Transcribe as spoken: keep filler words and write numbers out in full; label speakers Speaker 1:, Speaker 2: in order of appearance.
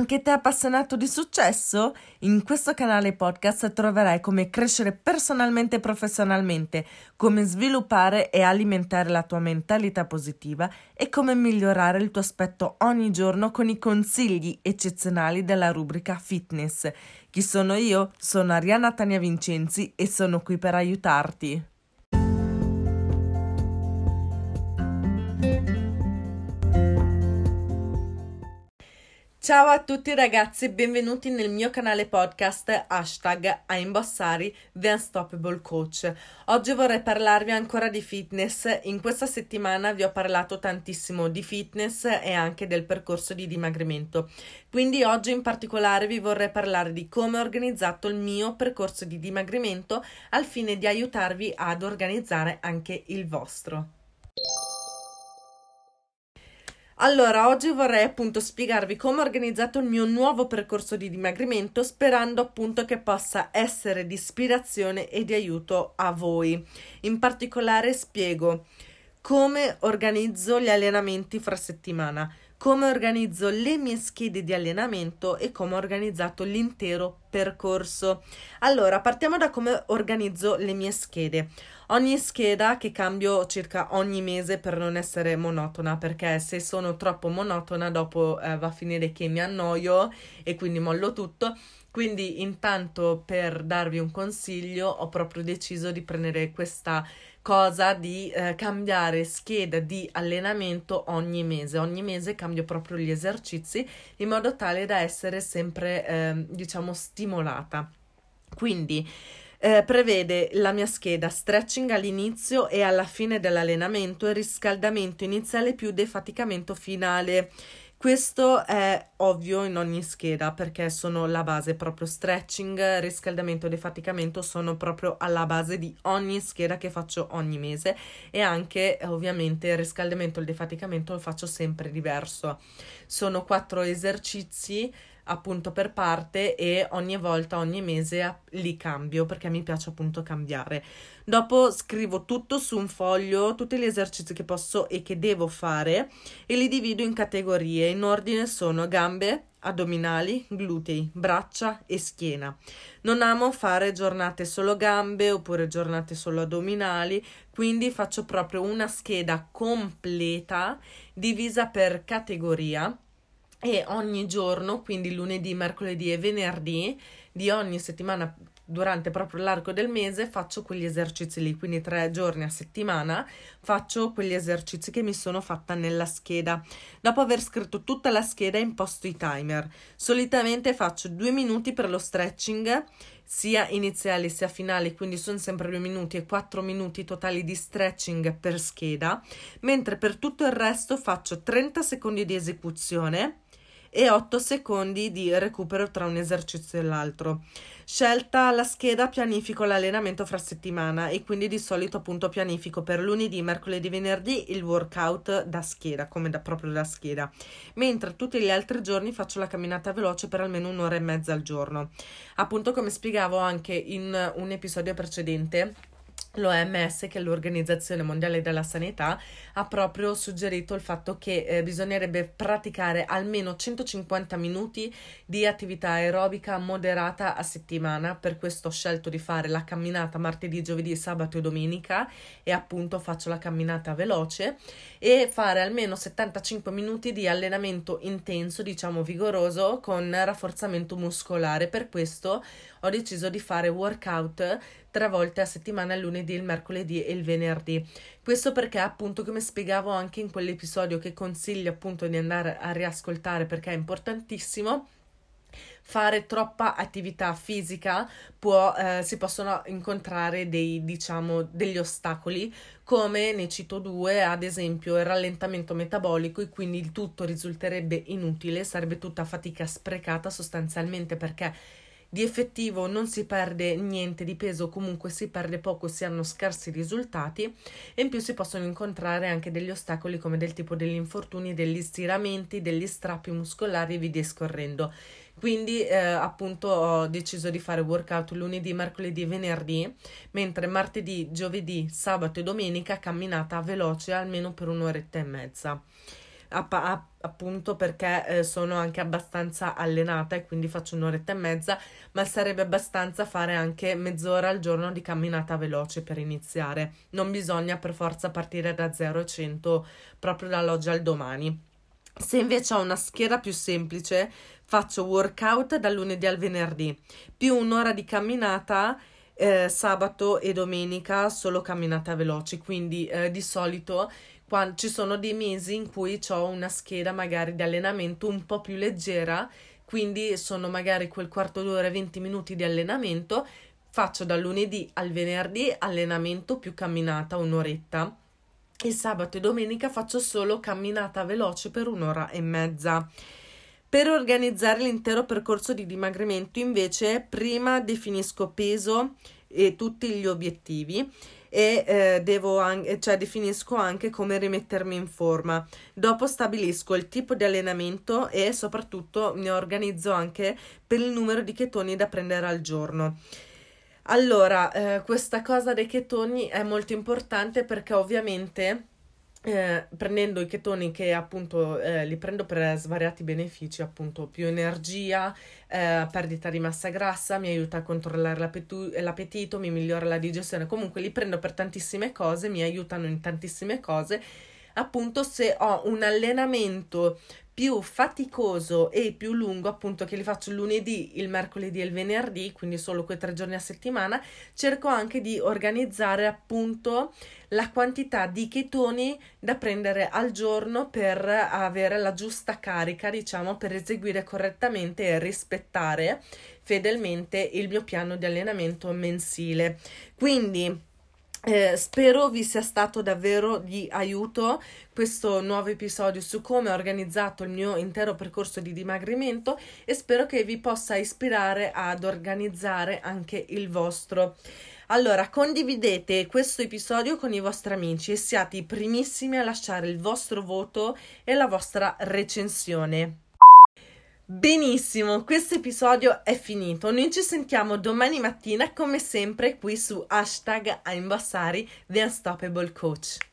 Speaker 1: Anche te appassionato di successo? In questo canale podcast troverai come crescere personalmente e professionalmente, come sviluppare e alimentare la tua mentalità positiva e come migliorare il tuo aspetto ogni giorno con i consigli eccezionali della rubrica Fitness. Chi sono io? Sono Arianna Tania Vincenzi e sono qui per aiutarti. Ciao a tutti ragazzi, benvenuti nel mio canale podcast hashtag I'm Bossari, The Unstoppable Coach. Oggi vorrei parlarvi ancora di fitness. In questa settimana vi ho parlato tantissimo di fitness e anche del percorso di dimagrimento. Quindi oggi in particolare vi vorrei parlare di come ho organizzato il mio percorso di dimagrimento al fine di aiutarvi ad organizzare anche il vostro. Allora, oggi vorrei appunto spiegarvi come ho organizzato il mio nuovo percorso di dimagrimento, sperando appunto che possa essere di ispirazione e di aiuto a voi. In particolare spiego come organizzo gli allenamenti fra settimana, come organizzo le mie schede di allenamento e come ho organizzato l'intero percorso. Allora, partiamo da come organizzo le mie schede. Ogni scheda che cambio circa ogni mese per non essere monotona, perché se sono troppo monotona dopo eh, va a finire che mi annoio e quindi mollo tutto. Quindi intanto, per darvi un consiglio, ho proprio deciso di prendere questa cosa di eh, cambiare scheda di allenamento ogni mese. Ogni mese cambio proprio gli esercizi in modo tale da essere sempre eh, diciamo stimolata. Quindi eh, prevede la mia scheda stretching all'inizio e alla fine dell'allenamento e riscaldamento iniziale più defaticamento finale. Questo è ovvio in ogni scheda perché sono la base, proprio stretching, riscaldamento e defaticamento sono proprio alla base di ogni scheda che faccio ogni mese, e anche ovviamente il riscaldamento e il defaticamento lo faccio sempre diverso. Sono quattro esercizi appunto per parte e ogni volta, ogni mese li cambio perché mi piace appunto cambiare. Dopo scrivo tutto su un foglio, tutti gli esercizi che posso e che devo fare, e li divido in categorie. In ordine sono gambe, addominali, glutei, braccia e schiena. Non amo fare giornate solo gambe oppure giornate solo addominali, quindi faccio proprio una scheda completa divisa per categoria. E ogni giorno, quindi lunedì, mercoledì e venerdì di ogni settimana, durante proprio l'arco del mese, faccio quegli esercizi lì, quindi tre giorni a settimana faccio quegli esercizi che mi sono fatta nella scheda. Dopo aver scritto tutta la scheda imposto i timer. Solitamente faccio due minuti per lo stretching, sia iniziali sia finali, quindi sono sempre due minuti e quattro minuti totali di stretching per scheda, mentre per tutto il resto faccio trenta secondi di esecuzione e otto secondi di recupero tra un esercizio e l'altro. Scelta la scheda, pianifico l'allenamento fra settimana e quindi di solito appunto pianifico per lunedì, mercoledì, venerdì il workout da scheda, come da proprio da scheda, mentre tutti gli altri giorni faccio la camminata veloce per almeno un'ora e mezza al giorno. Appunto, come spiegavo anche in un episodio precedente, l'O M S, che è l'Organizzazione Mondiale della Sanità, ha proprio suggerito il fatto che eh, bisognerebbe praticare almeno centocinquanta minuti di attività aerobica moderata a settimana. Per questo ho scelto di fare la camminata martedì, giovedì, sabato e domenica, e appunto faccio la camminata veloce, e fare almeno settantacinque minuti di allenamento intenso, diciamo vigoroso, con rafforzamento muscolare. Per questo ho deciso di fare workout tre volte a settimana, il lunedì, il mercoledì e il venerdì. Questo perché appunto, come spiegavo anche in quell'episodio che consiglio appunto di andare a riascoltare perché è importantissimo, fare troppa attività fisica può, eh, si possono incontrare dei, diciamo, degli ostacoli, come ne cito due, ad esempio il rallentamento metabolico, e quindi il tutto risulterebbe inutile, sarebbe tutta fatica sprecata sostanzialmente, perché di effettivo non si perde niente di peso, comunque si perde poco, si hanno scarsi risultati, e in più si possono incontrare anche degli ostacoli come del tipo degli infortuni, degli stiramenti, degli strappi muscolari e via discorrendo. Quindi eh, appunto ho deciso di fare workout lunedì, mercoledì e venerdì, mentre martedì, giovedì, sabato e domenica camminata veloce almeno per un'oretta e mezza. app- app- appunto perché eh, sono anche abbastanza allenata e quindi faccio un'oretta e mezza, ma sarebbe abbastanza fare anche mezz'ora al giorno di camminata veloce per iniziare. Non bisogna per forza partire da zero a cento proprio dall'oggi al domani. Se invece ho una scheda più semplice, faccio workout dal lunedì al venerdì, più un'ora di camminata eh, sabato e domenica, solo camminata veloce. Quindi eh, di solito quando ci sono dei mesi in cui ho una scheda magari di allenamento un po' più leggera, quindi sono magari quel quarto d'ora e venti minuti di allenamento, faccio dal lunedì al venerdì allenamento più camminata un'oretta. E sabato e domenica faccio solo camminata veloce per un'ora e mezza. Per organizzare l'intero percorso di dimagrimento, invece, prima definisco peso e tutti gli obiettivi e eh, devo anche, cioè definisco anche come rimettermi in forma. Dopo stabilisco il tipo di allenamento e soprattutto mi organizzo anche per il numero di chetoni da prendere al giorno. Allora, eh, questa cosa dei chetoni è molto importante perché ovviamente eh, prendendo i chetoni che appunto eh, li prendo per svariati benefici, appunto più energia, eh, perdita di massa grassa, mi aiuta a controllare l'apetu- l'appetito, mi migliora la digestione, comunque li prendo per tantissime cose, mi aiutano in tantissime cose. Appunto, se ho un allenamento più faticoso e più lungo, appunto che li faccio il lunedì, il mercoledì e il venerdì, quindi solo quei tre giorni a settimana, cerco anche di organizzare appunto la quantità di chetoni da prendere al giorno per avere la giusta carica, diciamo, per eseguire correttamente e rispettare fedelmente il mio piano di allenamento mensile. Quindi Eh, spero vi sia stato davvero di aiuto questo nuovo episodio su come ho organizzato il mio intero percorso di dimagrimento e spero che vi possa ispirare ad organizzare anche il vostro. Allora, condividete questo episodio con i vostri amici e siate i primissimi a lasciare il vostro voto e la vostra recensione. Benissimo, questo episodio è finito. Noi ci sentiamo domani mattina come sempre qui su hashtag I'm Bassari, The Unstoppable Coach.